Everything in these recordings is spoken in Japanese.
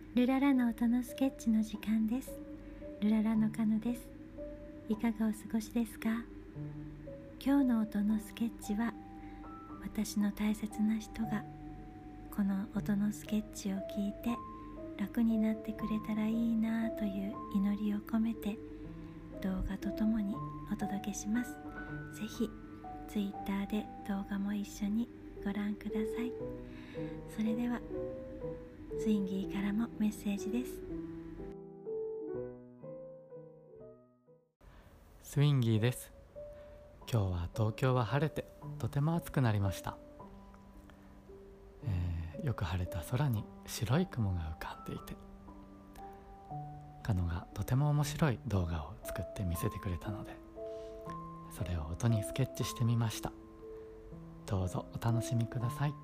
ルララの音のスケッチの時間です。ルララのカノです。いかがお過ごしですか？今日の音のスケッチは、私の大切な人がこの音のスケッチを聞いて楽になってくれたらいいなという祈りを込めて動画とともにお届けします。ぜひ Twitter で動画も一緒にご覧ください。それではスインギーからもメッセージです。 スインギーです。今日は東京は晴れてとても暑くなりました。よく晴れた空に白い雲が浮かんでいて、カノがとても面白い動画を作って見せてくれたので、それを音にスケッチしてみました。どうぞお楽しみください。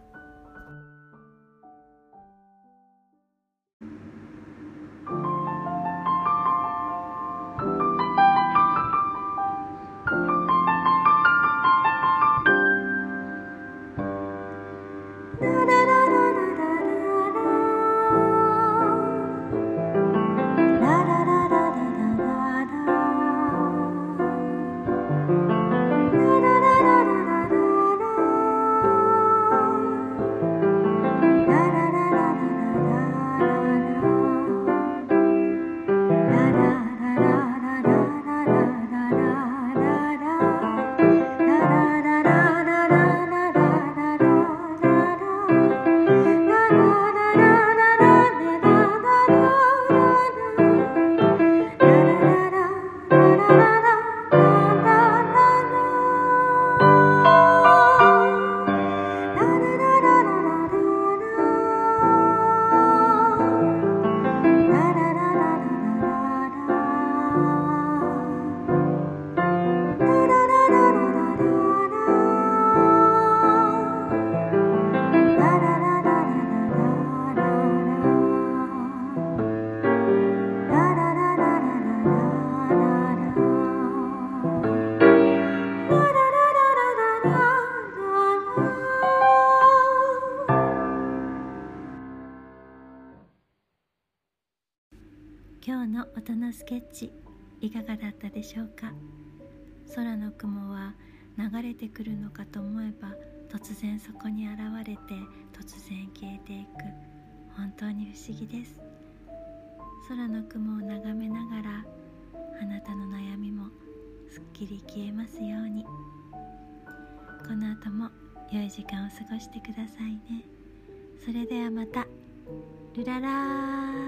今日の音のスケッチいかがだったでしょうか？空の雲は流れてくるのかと思えば、突然そこに現れて突然消えていく、本当に不思議です。空の雲を眺めながら、あなたの悩みもすっきり消えますように。この後も良い時間を過ごしてくださいね。それではまた。ルララー。